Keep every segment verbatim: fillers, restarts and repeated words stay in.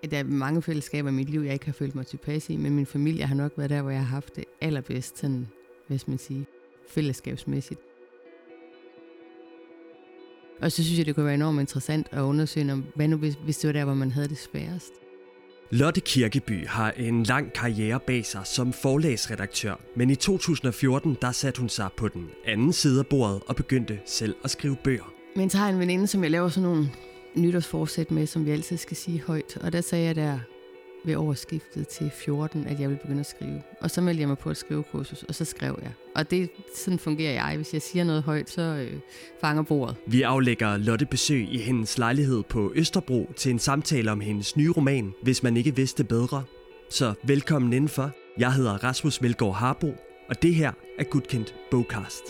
Der er mange fællesskaber i mit liv, jeg ikke har følt mig tilpas i, men min familie har nok været der, hvor jeg har haft det allerbedst, sådan, hvad skal man sige, fællesskabsmæssigt. Og så synes jeg, det kunne være enormt interessant at undersøge, om, hvad nu hvis, hvis det var der, hvor man havde det sværest. Lotte Kirkeby har en lang karriere bag sig som forlagsredaktør, men i to tusind og fjorten der satte hun sig på den anden side af bordet og begyndte selv at skrive bøger. Men så har jeg en veninde, som jeg laver sådan nogle nytårsforsæt med, som vi altid skal sige højt. Og der sagde jeg der ved årsskiftet til fjorten, at jeg ville begynde at skrive. Og så meldte jeg mig på et skrivekursus, og så skrev jeg. Og det sådan fungerer jeg. Hvis jeg siger noget højt, så øh, fanger bordet. Vi aflægger Lotte besøg i hendes lejlighed på Østerbro til en samtale om hendes nye roman, Hvis man ikke vidste bedre. Så velkommen indenfor. Jeg hedder Rasmus Melgaard Harbo, og det her er Gudkendt Bogcast.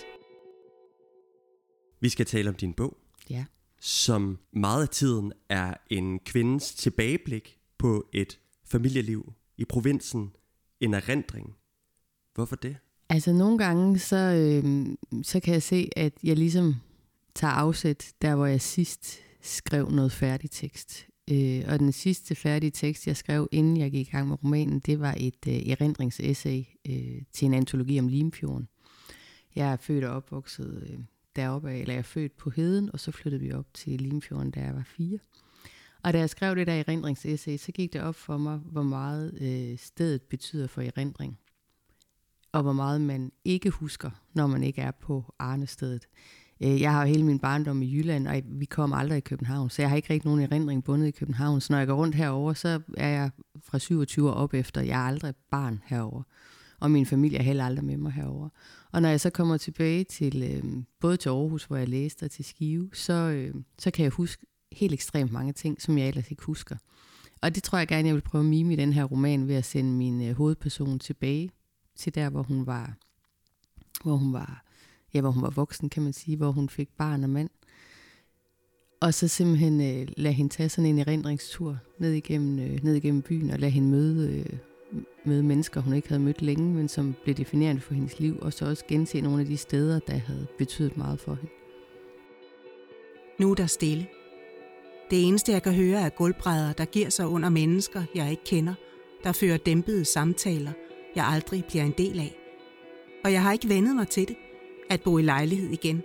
Vi skal tale om din bog. Ja. Som meget af tiden er en kvindes tilbageblik på et familieliv i provinsen, en erindring. Hvorfor det? Altså nogle gange, så, øh, så kan jeg se, at jeg ligesom tager afsæt der, hvor jeg sidst skrev noget færdig tekst. Øh, og den sidste færdige tekst, jeg skrev, inden jeg gik i gang med romanen, det var et øh, erindringsessay øh, til en antologi om Limfjorden. Jeg er født og opvokset øh, deroppe af, eller jeg er født på Heden, og så flyttede vi op til Limfjorden, da jeg var fire. Og da jeg skrev det der erindringsessay, så gik det op for mig, hvor meget øh, stedet betyder for erindring. Og hvor meget man ikke husker, når man ikke er på Arnestedet. Øh, jeg har jo hele min barndom i Jylland, og vi kom aldrig i København, så jeg har ikke rigtig nogen erindring bundet i København. Så når jeg går rundt herover, så er jeg fra syvogtyve år op efter. Jeg er aldrig barn herover, og min familie er heller aldrig med mig herover. Og når jeg så kommer tilbage til øh, både til Aarhus, hvor jeg læste, og til Skive, så, øh, så kan jeg huske helt ekstremt mange ting, som jeg ellers ikke husker. Og det tror jeg gerne, jeg vil prøve at mime i den her roman ved at sende min øh, hovedperson tilbage til der, hvor hun var, hvor hun var, ja, hvor hun var voksen, kan man sige, hvor hun fik barn og mand. Og så simpelthen øh, lade hende tage sådan en erindringstur ned igennem, øh, ned igennem byen og lade hende møde, øh, møde mennesker, hun ikke havde mødt længe, men som blev definerende for hendes liv, og så også gense nogle af de steder, der havde betydet meget for hende. Nu er der stille. Det eneste, jeg kan høre, er gulvbrædder, der giver sig under mennesker, jeg ikke kender, der fører dæmpede samtaler, jeg aldrig bliver en del af. Og jeg har ikke vendet mig til det, at bo i lejlighed igen.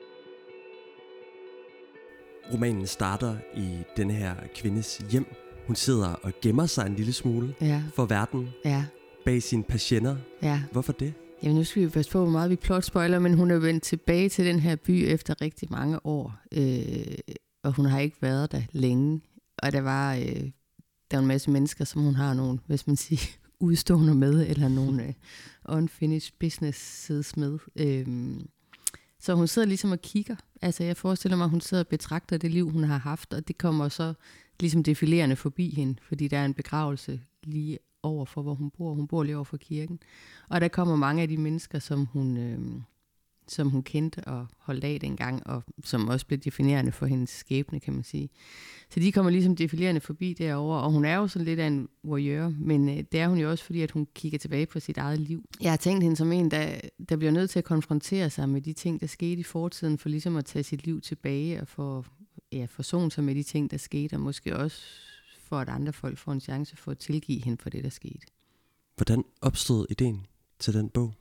Romanen starter i denne her kvindes hjem. Hun sidder og gemmer sig en lille smule ja. for verden ja. bag sine patienter. Ja. Hvorfor det? Jamen nu skal vi passe på, hvor meget vi plot-spoiler, men hun er vendt tilbage til den her by efter rigtig mange år. Øh, og hun har ikke været der længe. Og der var, øh, der var en masse mennesker, som hun har nogle, hvis man siger, udstående med, eller nogle øh, unfinished business med. Øh, så hun sidder ligesom og kigger. Altså jeg forestiller mig, at hun sidder og betragter det liv, hun har haft, og det kommer så ligesom defilerende forbi hende, fordi der er en begravelse lige over for, hvor hun bor. Hun bor lige over for kirken. Og der kommer mange af de mennesker, som hun, øh, som hun kendte og holdt af dengang, og som også blev definerende for hendes skæbne, kan man sige. Så de kommer ligesom defilerende forbi derovre, og hun er jo sådan lidt af en voyeur, men øh, det er hun jo også, fordi at hun kigger tilbage på sit eget liv. Jeg har tænkt hende som en, der, der bliver nødt til at konfrontere sig med de ting, der skete i fortiden, for ligesom at tage sit liv tilbage og for ja, forsone sig med de ting, der skete, og måske også for at andre folk får en chance for at tilgive hende for det, der skete. Hvordan opstod ideen til den bog?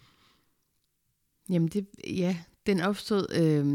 Jamen, det, ja, den opstod... Øh,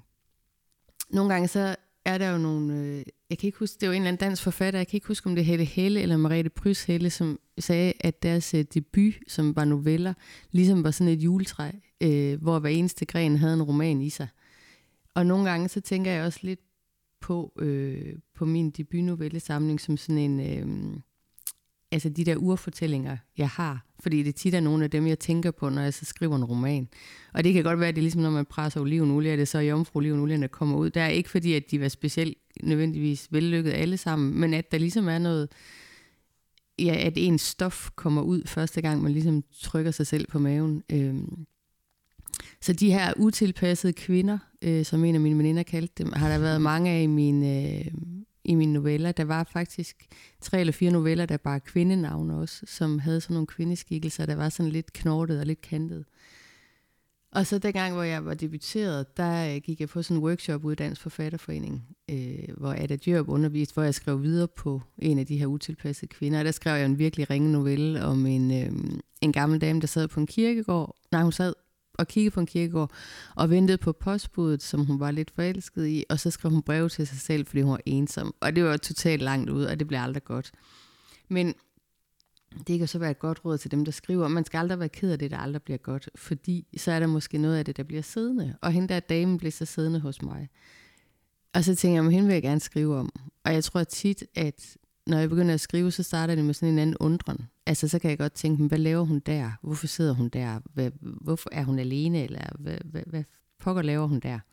nogle gange så er der jo nogle... Øh, jeg kan ikke huske, det var en eller anden dansk forfatter, jeg kan ikke huske, om det er Helle Helle eller Merete Pryds Helle, som sagde, at deres øh, debut, som var noveller, ligesom var sådan et juletræ, øh, hvor hver eneste gren havde en roman i sig. Og nogle gange så tænker jeg også lidt på, øh, på min debutnovellesamling som sådan en... Øh, altså de der urfortællinger, jeg har. Fordi det tit er nogle af dem, jeg tænker på, når jeg så skriver en roman. Og det kan godt være, at det er ligesom, når man presser olivenolie, at det så er jomfru olivenolien, der kommer ud. Det er ikke fordi, at de var specielt nødvendigvis vellykket alle sammen, men at der ligesom er noget, ja, at ens stof kommer ud første gang, man ligesom trykker sig selv på maven. Øhm. Så de her utilpassede kvinder, øh, som en af mine veninder kaldte dem, har der været mange af i mine... Øh, i mine noveller. Der var faktisk tre eller fire noveller, der bare kvindenavne også, som havde sådan nogle kvindeskikkelser, der var sådan lidt knortet og lidt kantet. Og så dengang, hvor jeg var debuteret, der gik jeg på sådan en workshop ude i Dansk Forfatterforening, øh, hvor Ada Djørup underviste, hvor jeg skrev videre på en af de her utilpassede kvinder. Og der skrev jeg en virkelig ringe novelle om en, øh, en gammel dame, der sad på en kirkegård. Nej, hun sad og kiggede på en kirkegård og ventede på postbuddet, som hun var lidt forelsket i. Og så skrev hun breve til sig selv, fordi hun var ensom. Og det var totalt langt ud, og det blev aldrig godt. Men det kan så være et godt råd til dem, der skriver. Man skal aldrig være ked af det, der aldrig bliver godt. Fordi så er der måske noget af det, der bliver siddende. Og hende der dame blev så siddende hos mig. Og så tænker jeg, at hende vil jeg gerne skrive om. Og jeg tror tit, at når jeg begynder at skrive, så starter det med sådan en anden undren. Altså så kan jeg godt tænke, hvad laver hun der? Hvorfor sidder hun der? Hvad, hvorfor er hun alene? Eller hvad, hvad, hvad pokker laver hun der?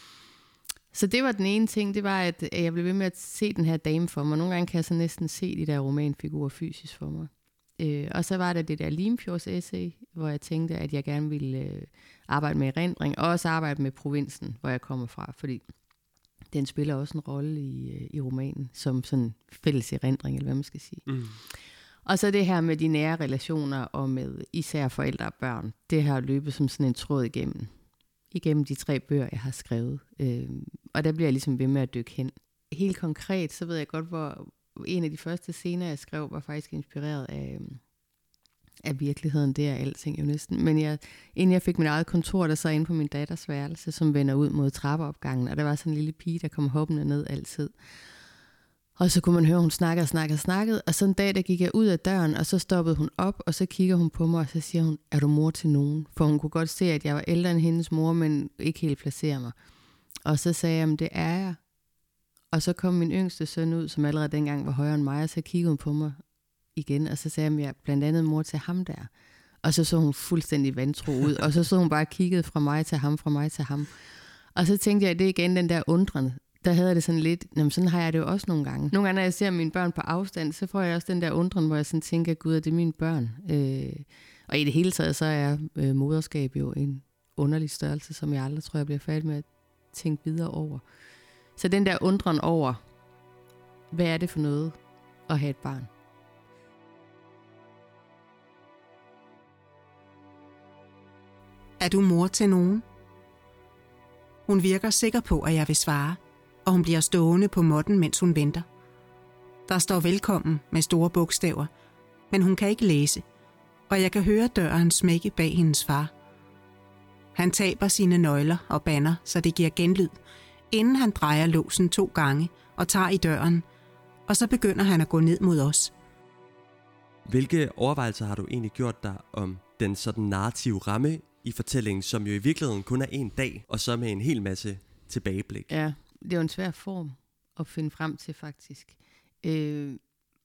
Så det var den ene ting, det var, at jeg blev ved med at se den her dame for mig. Nogle gange kan jeg så næsten se de der romanfigurer fysisk for mig. Øh, og så var der det der Limfjords essay, hvor jeg tænkte, at jeg gerne ville øh, arbejde med erindring, og også arbejde med provinsen, hvor jeg kommer fra, fordi den spiller også en rolle i, øh, i romanen, som sådan fælles erindring, eller hvad man skal sige. Mm. Og så det her med de nære relationer, og med især forældre og børn, det har løbet som sådan en tråd igennem, igennem de tre bøger, jeg har skrevet. Øh, og der bliver jeg ligesom ved med at dykke hen. Helt konkret, så ved jeg godt, hvor en af de første scener, jeg skrev, var faktisk inspireret af, af virkeligheden. Det er alting jo næsten. Men jeg, inden jeg fik mit eget kontor, der sad inde på min datters værelse, som vender ud mod trappeopgangen, og der var sådan en lille pige, der kom hoppende ned altid. Og så kunne man høre, hun snakkede og snakkede og snakkede, og så en dag, der gik jeg ud af døren, og så stoppede hun op, og så kigger hun på mig, og så siger hun, er du mor til nogen? For hun kunne godt se, at jeg var ældre end hendes mor, men ikke helt placere mig. Og så sagde jeg, det er jeg. Og så kom min yngste søn ud, som allerede dengang var højere end mig, og så kiggede hun på mig igen, og så sagde jeg, at jeg er blandt andet mor til ham der. Og så så hun fuldstændig vantro ud, og så så hun bare kigget fra mig til ham, fra mig til ham. Og så tænkte jeg, at det er igen den der undrende. Der havde det sådan lidt, jamen sådan har jeg det jo også nogle gange. Nogle gange, når jeg ser mine børn på afstand, så får jeg også den der undren, hvor jeg sådan tænker, gud, det er mine børn. Øh, og i det hele taget, så er øh, moderskab jo en underlig størrelse, som jeg aldrig tror, jeg bliver færdig med at tænke videre over. Så den der undren over, hvad er det for noget at have et barn? Er du mor til nogen? Hun virker sikker på, at jeg vil svare, og hun bliver stående på måtten, mens hun venter. Der står velkommen med store bogstaver, men hun kan ikke læse, og jeg kan høre døren smække bag hendes far. Han taber sine nøgler og bander, så det giver genlyd, inden han drejer låsen to gange og tager i døren, og så begynder han at gå ned mod os. Hvilke overvejelser har du egentlig gjort dig om den sådan narrative ramme i fortællingen, som jo i virkeligheden kun er en dag, og så med en hel masse tilbageblik? Ja, det er jo en svær form at finde frem til faktisk. Øh,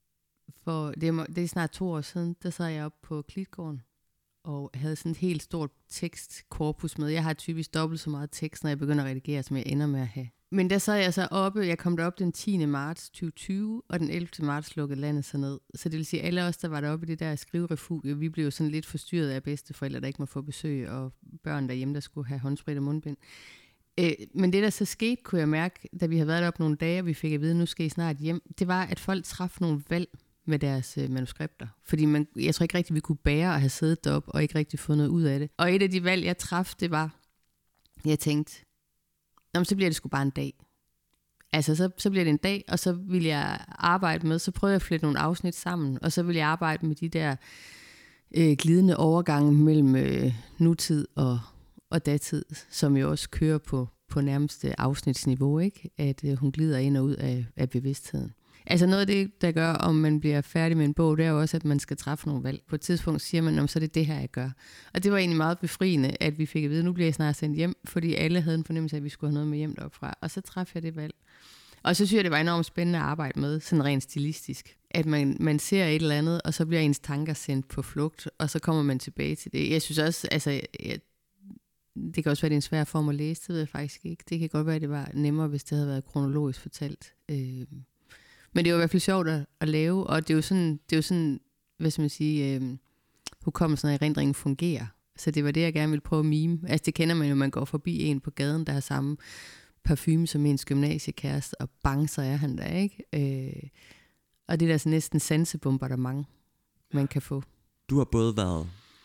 for det er, det er snart to år siden, der sad jeg op på Klitgården, og havde sådan et helt stort tekstkorpus med. Jeg har typisk dobbelt så meget tekst, når jeg begynder at redigere, som jeg ender med at have. Men der sad jeg så oppe, jeg kom derop den tiende marts tyve tyve, og den ellevte marts lukkede landet sig ned. Så det vil sige, at alle os, der var deroppe i det der skriverefugie, vi blev jo sådan lidt forstyrret af bedsteforældre, der ikke må få besøg, og børn derhjemme, der skulle have håndsprit og mundbind. Øh, men det, der så skete, kunne jeg mærke, da vi havde været deroppe nogle dage, og vi fik at vide, at nu skal I snart hjem, det var, at folk traf nogle valg med deres øh, manuskripter. Fordi man, jeg tror ikke rigtig, vi kunne bære at have siddet deroppe, og ikke rigtig fået noget ud af det. Og et af de valg, jeg traf, det var, jeg tænkte, jamen, så bliver det sgu bare en dag. Altså, så, så bliver det en dag, og så vil jeg arbejde med, så prøver jeg at flette nogle afsnit sammen, og så vil jeg arbejde med de der øh, glidende overgange mellem øh, nutid og, og datid, som jo også kører på, på nærmeste afsnitsniveau, ikke? At øh, hun glider ind og ud af, af bevidstheden. Altså noget af det, der gør, om man bliver færdig med en bog, det er jo også, at man skal træffe nogle valg. På et tidspunkt siger man, om så er det det her, jeg gør. Og det var egentlig meget befriende, at vi fik at vide, nu bliver jeg snart sendt hjem, fordi alle havde en fornemmelse af, at vi skulle have noget med hjem deroppe fra. Og så træffede jeg det valg. Og så synes jeg, det var enormt spændende at arbejde med, sådan rent stilistisk. At man, man ser et eller andet, og så bliver ens tanker sendt på flugt, og så kommer man tilbage til det. Jeg synes også, altså, jeg, det kan også være, det er en svær form at læse, det ved jeg faktisk ikke. Det kan godt være, at det var nemmere, hvis det havde været kronologisk fortalt. Øh, Men det er jo i hvert fald sjovt at, at lave, og det er jo sådan, det er jo sådan, hvad skal man sige, øh, hukommelsen af erindringen fungerer. Så det var det, jeg gerne ville prøve at mime. Altså det kender man jo, man går forbi en på gaden, der har samme parfume som ens gymnasiekæreste, og bang, så er han der, ikke? Øh, og det er der så næsten sansebombardement, man kan få. Du har både været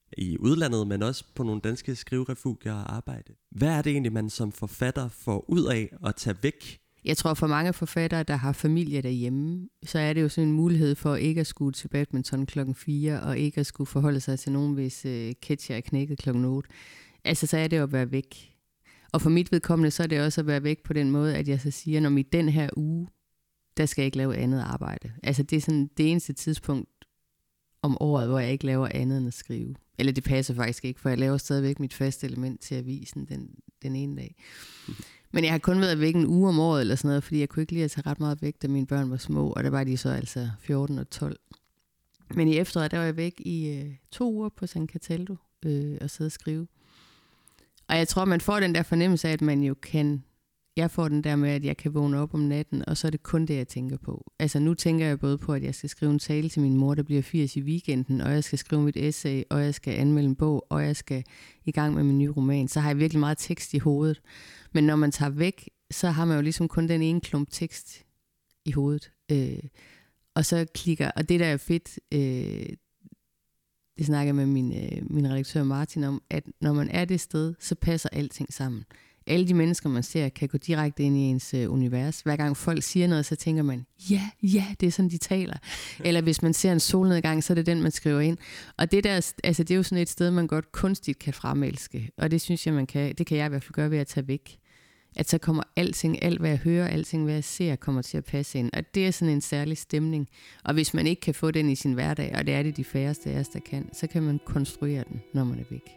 i udlandet, men også på nogle danske skriverefugier og arbejde. Hvad er det egentlig, man som forfatter får ud af at tage væk? Jeg tror, for mange forfattere, der har familie derhjemme, så er det jo sådan en mulighed for ikke at skulle til badminton klokken fire, og ikke at skulle forholde sig til nogen, hvis uh, ketcher er knækket klokken otte. Altså, så er det jo at være væk. Og for mit vedkommende, så er det også at være væk på den måde, at jeg så siger, når i den her uge, der skal jeg ikke lave andet arbejde. Altså, det er sådan det eneste tidspunkt om året, hvor jeg ikke laver andet end at skrive. Eller det passer faktisk ikke, for jeg laver stadigvæk mit faste element til avisen den, den ene dag. Men jeg har kun været væk en uge om året eller sådan noget, fordi jeg kunne ikke lide at tage ret meget væk, da mine børn var små, og der var de så altså fjorten og tolv. Men i efteråret, der var jeg væk i øh, to uger på San Cataldo øh, og sidde og skrive. Og jeg tror, man får den der fornemmelse af, at man jo kan... Jeg får den der med, at jeg kan vågne op om natten, og så er det kun det, jeg tænker på. Altså nu tænker jeg både på, at jeg skal skrive en tale til min mor, der bliver firs i weekenden, og jeg skal skrive mit essay, og jeg skal anmelde en bog, og jeg skal i gang med min nye roman. Så har jeg virkelig meget tekst i hovedet. Men når man tager væk, så har man jo ligesom kun den ene klump tekst i hovedet. Øh, og så klikker, og det der er fedt, øh, det snakker jeg med min, øh, min redaktør Martin om, at når man er det sted, så passer alting sammen. Alle de mennesker, man ser, kan gå direkte ind i ens øh, univers. Hver gang folk siger noget, så tænker man, ja, ja, det er sådan, de taler. Eller hvis man ser en solnedgang, så er det den, man skriver ind. Og det der, altså det er jo sådan et sted, man godt kunstigt kan fremelske. Og det synes jeg, man kan, det kan jeg i hvert fald gøre ved at tage væk. At så kommer alting, alt hvad jeg hører, alting hvad jeg ser, kommer til at passe ind. Og det er sådan en særlig stemning. Og hvis man ikke kan få den i sin hverdag, og det er det de færreste af os, der kan, så kan man konstruere den, når man er væk.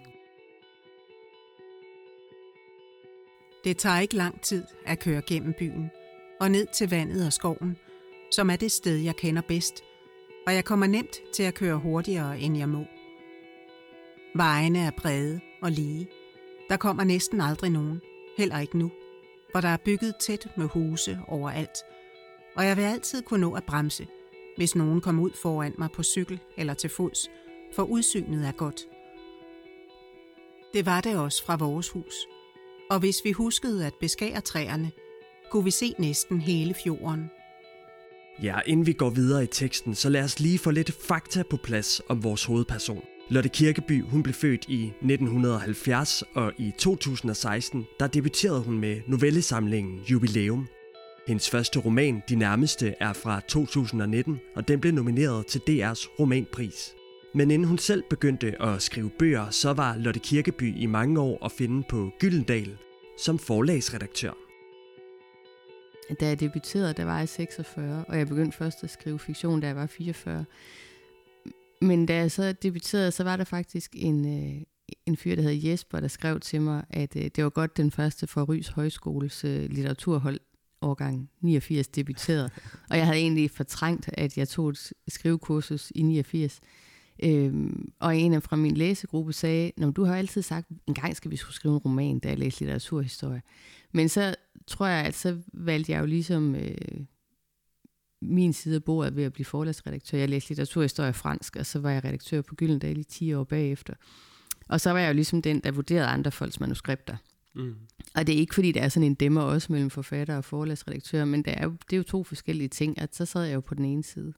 Det tager ikke lang tid at køre gennem byen og ned til vandet og skoven, som er det sted, jeg kender bedst, og jeg kommer nemt til at køre hurtigere, end jeg må. Vejene er brede og lige. Der kommer næsten aldrig nogen, heller ikke nu, hvor der er bygget tæt med huse overalt, og jeg vil altid kunne nå at bremse, hvis nogen kommer ud foran mig på cykel eller til fods, for udsynet er godt. Det var det også fra vores hus. Og hvis vi huskede at beskære træerne, kunne vi se næsten hele fjorden. Ja, inden vi går videre i teksten, så lad os lige få lidt fakta på plads om vores hovedperson. Lotte Kirkeby, hun blev født i nitten halvfjerds, og i to tusind og seksten, der debuterede hun med novellesamlingen Jubilæum. Hendes første roman, De Nærmeste, er fra to tusind og nitten, og den blev nomineret til D R's romanpris. Men inden hun selv begyndte at skrive bøger, så var Lotte Kirkeby i mange år at finde på Gyldendal som forlagsredaktør. Da jeg debuterede, der var jeg seksogfyrre, og jeg begyndte først at skrive fiktion, da jeg var fireogfyrre. Men da jeg så debuterede, så var der faktisk en, en fyr, der hed Jesper, der skrev til mig, at det var godt den første for Rys Højskoles litteraturhold årgang niogfirs debuterede. Og jeg havde egentlig fortrængt, at jeg tog et skrivekursus i niogfirs. Øhm, og en af fra min læsegruppe sagde, når du har altid sagt, en gang skal vi skulle skrive en roman, da jeg læste litteraturhistorie. Men så tror jeg, at så valgte jeg jo ligesom øh, min side af bordet ved at blive forlagsredaktør. Jeg læste litteraturhistorie fransk, og så var jeg redaktør på Gyldendal i ti år bagefter. Og så var jeg jo ligesom den, der vurderede andre folks manuskripter. Mm. Og det er ikke fordi, der er sådan en dæmmer også mellem forfatter og forlagsredaktør, men det er jo, det er jo to forskellige ting, at så sad jeg jo på den ene side.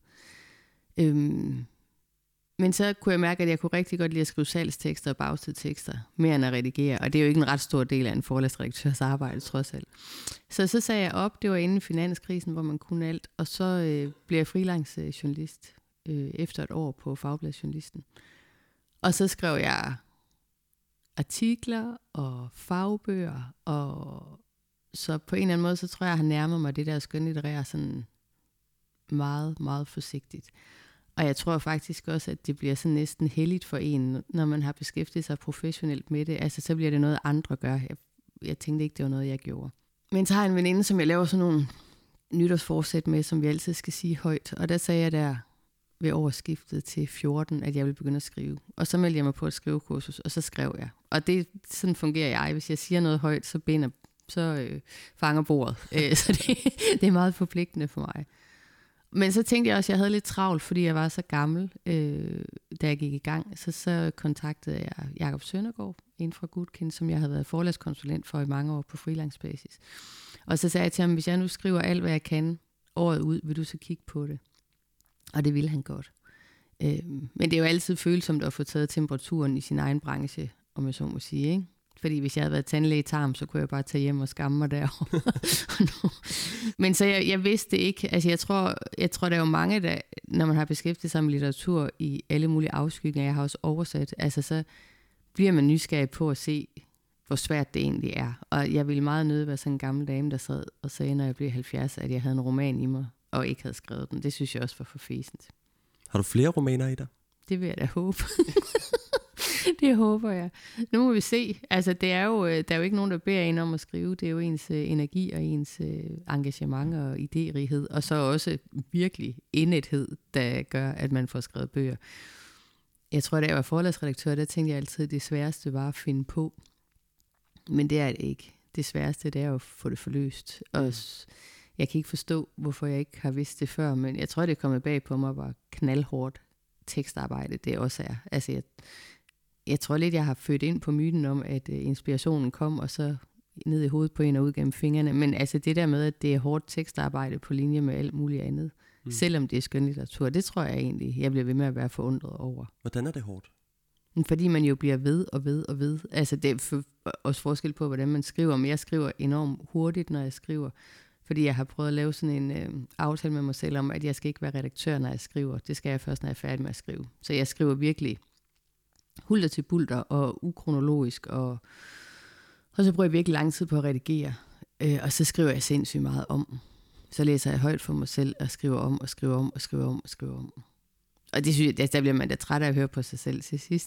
Øhm, Men så kunne jeg mærke, at jeg kunne rigtig godt lide at skrive salgstekster og bagsidetekster, mere end at redigere. Og det er jo ikke en ret stor del af en forlagsredaktørs arbejde, trods alt. Så så sagde jeg op, det var inden finanskrisen, hvor man kunne alt. Og så øh, blev jeg freelance journalist øh, efter et år på Fagbladsjournalisten. Og så skrev jeg artikler og fagbøger. Og så på en eller anden måde, så tror jeg, jeg har nærmet mig det der skønlitterære sådan meget, meget forsigtigt. Og jeg tror faktisk også, at det bliver sådan næsten helligt for en, når man har beskæftiget sig professionelt med det. Altså, så bliver det noget, andre gør. Jeg, jeg tænkte ikke, det var noget, jeg gjorde. Men så har jeg en veninde, som jeg laver sådan nogle nytårsforsæt med, som vi altid skal sige højt. Og der sagde jeg der ved årsskiftet til fjorten, at jeg ville begynde at skrive. Og så meldte jeg mig på et skrivekursus, og så skrev jeg. Og det, sådan fungerer jeg. Hvis jeg siger noget højt, så binder, så øh, fanger bordet. Så det, det er meget forpligtende for mig. Men så tænkte jeg også, at jeg havde lidt travlt, fordi jeg var så gammel, øh, da jeg gik i gang. Så, så kontaktede jeg Jakob Søndergaard, en fra Gudkind, som jeg havde været forlagskonsulent for i mange år på freelance-basis. Og så sagde jeg til ham, hvis jeg nu skriver alt, hvad jeg kan året ud, vil du så kigge på det? Og det ville han godt. Øh, men det er jo altid følsomt at få taget temperaturen i sin egen branche, om jeg så må sige, ikke? Fordi hvis jeg havde været tandlæge i tarm, så kunne jeg bare tage hjem og skamme mig derovre. Men så jeg, jeg vidste ikke. Altså jeg tror, jeg tror, der er jo mange, der, når man har beskæftiget sig med litteratur i alle mulige afskygninger, jeg har også oversat, altså så bliver man nysgerrig på at se, hvor svært det egentlig er. Og jeg ville meget nødt være sådan en gammel dame, der sad og sagde, når jeg blev halvfjerds, at jeg havde en roman i mig, og ikke havde skrevet den. Det synes jeg også var for fæsent. Har du flere romaner i dig? Det vil jeg da håbe. Det håber jeg. Nu må vi se. Altså, det er jo, der er jo ikke nogen, der beder en om at skrive. Det er jo ens uh, energi og ens uh, engagement og idérighed. Og så også virkelig indethed, der gør, at man får skrevet bøger. Jeg tror, da jeg var forlagsredaktør, der tænkte jeg altid, at det sværeste var at finde på. Men det er det ikke. Det sværeste, det er jo at få det forløst. Og jeg kan ikke forstå, hvorfor jeg ikke har vidst det før, men jeg tror, det er kommet bag på mig, hvor knaldhårdt tekstarbejde det også er. Altså, jeg, jeg tror lidt, jeg har født ind på myten om, at uh, inspirationen kom, og så ned i hovedet på en og ud gennem fingrene. Men altså det der med, at det er hårdt tekstarbejde på linje med alt muligt andet, mm. selvom det er skønlitteratur, det tror jeg egentlig, jeg bliver ved med at være forundret over. Hvordan er det hårdt? Fordi man jo bliver ved og ved og ved. Altså det er for, også forskel på, hvordan man skriver, men jeg skriver enormt hurtigt, når jeg skriver. Fordi jeg har prøvet at lave sådan en øh, aftale med mig selv om, at jeg skal ikke være redaktør, når jeg skriver. Det skal jeg først, når jeg er færdig med at skrive. Så jeg skriver virkelig hulter til bulter og ukronologisk, og, og så bruger jeg virkelig lang tid på at redigere. Øh, og så skriver jeg sindssygt meget om. Så læser jeg højt for mig selv og skriver om og skriver om og skriver om og skriver om. Og det synes jeg, der bliver man da træt af at høre på sig selv til sidst.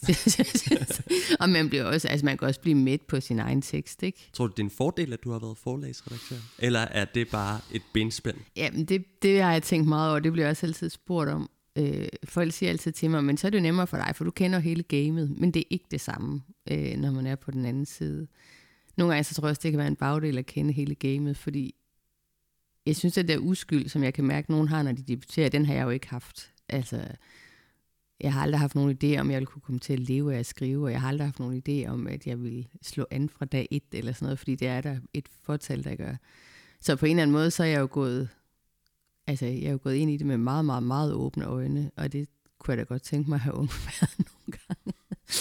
Og man bliver også, altså man kan også blive midt på sin egen tekst, ikke? Tror du, det er en fordel, at du har været forlagsredaktør? Eller er det bare et benspænd? Jamen, det, det har jeg tænkt meget over. Det bliver jeg også altid spurgt om. Øh, folk siger altid til mig, men så er det jo nemmere for dig, for du kender hele gamet. Men det er ikke det samme, øh, når man er på den anden side. Nogle gange så tror jeg også, det kan være en bagdel at kende hele gamet, fordi jeg synes, at det er uskyld, som jeg kan mærke, nogen har, når de debuterer, den har jeg jo ikke haft. Altså, jeg har aldrig haft nogen idé om, jeg ville kunne komme til at leve af at skrive, og jeg har aldrig haft nogen idé om, at jeg ville slå an fra dag et, eller sådan noget, fordi det er der et fortal, der gør. Så på en eller anden måde, så er jeg jo gået, altså, jeg er jo gået ind i det med meget, meget, meget åbne øjne, og det kunne jeg da godt tænke mig at have undværet nogle gange.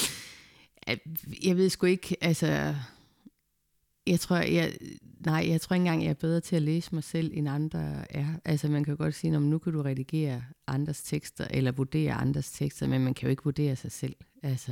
Jeg ved sgu ikke, altså, jeg tror, jeg, nej, jeg tror ikke engang, jeg er bedre til at læse mig selv, end andre er. Altså, man kan jo godt sige, at nu kan du redigere andres tekster, eller vurdere andres tekster, men man kan jo ikke vurdere sig selv. Altså,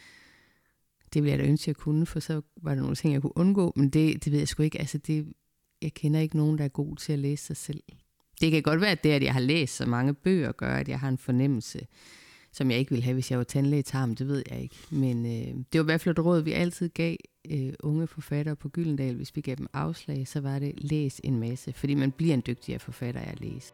det ville jeg da ønske, jeg kunne, for så var der nogle ting, jeg kunne undgå, men det, det ved jeg sgu ikke. Altså, det, jeg kender ikke nogen, der er god til at læse sig selv. Det kan godt være, at det, at jeg har læst så mange bøger, gør, at jeg har en fornemmelse, som jeg ikke ville have, hvis jeg var tandlæge i tarm, det ved jeg ikke. Men øh, det var i hvert fald et råd, vi altid gav øh, unge forfattere på Gyldendal. Hvis vi gav dem afslag, så var det læs en masse, fordi man bliver en dygtigere forfatter af at læse.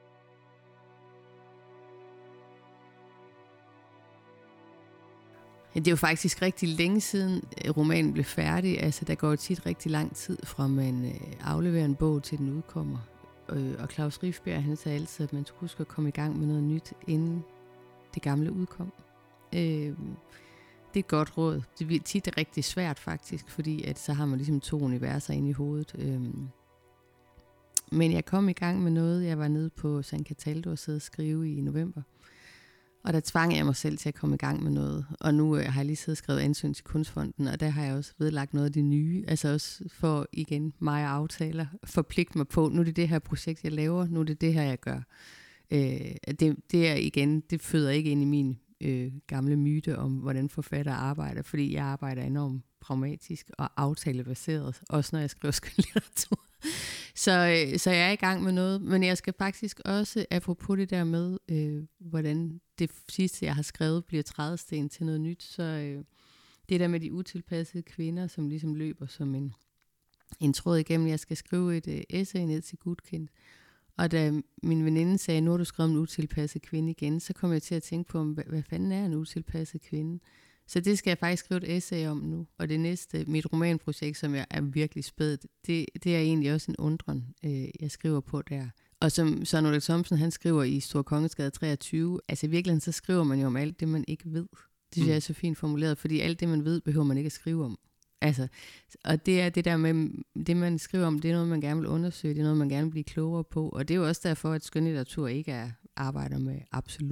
Det er jo faktisk rigtig længe siden romanen blev færdig. Altså, der går tit rigtig lang tid fra man øh, afleverer en bog, til den udkommer. Øh, og Klaus Rifbjerg, han sagde altid, at man skulle huske at komme i gang med noget nyt, inden det gamle udkom. Øh, det er et godt råd. Det er tit rigtig svært faktisk, fordi at så har man ligesom to universer inde i hovedet. Øh, men jeg kom i gang med noget. Jeg var nede på San Cataldo og sidde og skrive i november. Og der tvang jeg mig selv til at komme i gang med noget. Og nu øh, har jeg lige siddet og skrevet ansøgning til Kunstfonden, og der har jeg også vedlagt noget af det nye. Altså også for, igen, mig og aftaler, forpligte mig på, nu er det det her projekt, jeg laver, nu er det det her, jeg gør. Øh, det, det er igen, det føder ikke ind i min øh, gamle myte om, hvordan forfattere arbejder, fordi jeg arbejder enormt pragmatisk og aftalebaseret, også når jeg skriver skønlitteratur. Så, øh, så jeg er i gang med noget, men jeg skal faktisk også, apropos det der med, øh, hvordan det sidste, jeg har skrevet, bliver trædesten til noget nyt, så øh, det der med de utilpassede kvinder, som ligesom løber som en, en tråd igennem, jeg skal skrive et øh, essay ned til Gudkind, og da min veninde sagde, nu har du skrevet en utilpasset kvinde igen, så kom jeg til at tænke på, hvad, hvad fanden er en utilpasset kvinde? Så det skal jeg faktisk skrive et essay om nu. Og det næste, mit romanprojekt, som jeg er virkelig spædt, det, det er egentlig også en undren, øh, jeg skriver på der. Og som Søren Ulrik Thomsen, han skriver i Store Kongensgade treogtyve, altså i virkeligheden, så skriver man jo om alt det, man ikke ved. Det synes mm. jeg er så fint formuleret, fordi alt det, man ved, behøver man ikke at skrive om. Altså, og det er det der med, det man skriver om, det er noget, man gerne vil undersøge, det er noget, man gerne vil blive klogere på. Og det er jo også derfor, at skønlitteratur ikke er arbejder med absolutter.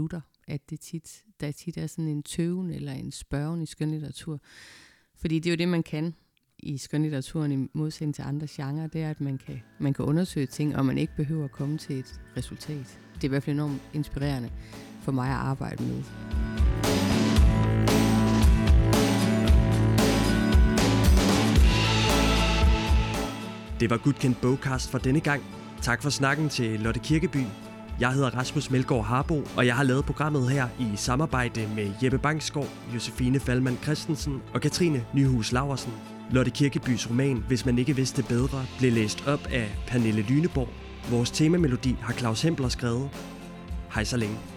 at det tit, der tit er sådan en tøven eller en spørgen i skønlitteratur. Fordi det er jo det, man kan i skønlitteraturen i modsætning til andre genrer, det er, at man kan, man kan undersøge ting, og man ikke behøver at komme til et resultat. Det er i hvert fald enormt inspirerende for mig at arbejde med. Det var Gudkendt Bogcast for denne gang. Tak for snakken til Lotte Kirkeby. Jeg hedder Rasmus Melgaard Harbo, og jeg har lavet programmet her i samarbejde med Jeppe Bangsgaard, Josefine Faldmann Christensen og Katrine Nyhus Laursen. Lotte Kirkebys roman Hvis man ikke vidste bedre blev læst op af Pernille Lyneborg. Vores temamelodi har Claus Hempler skrevet. Hej så længe.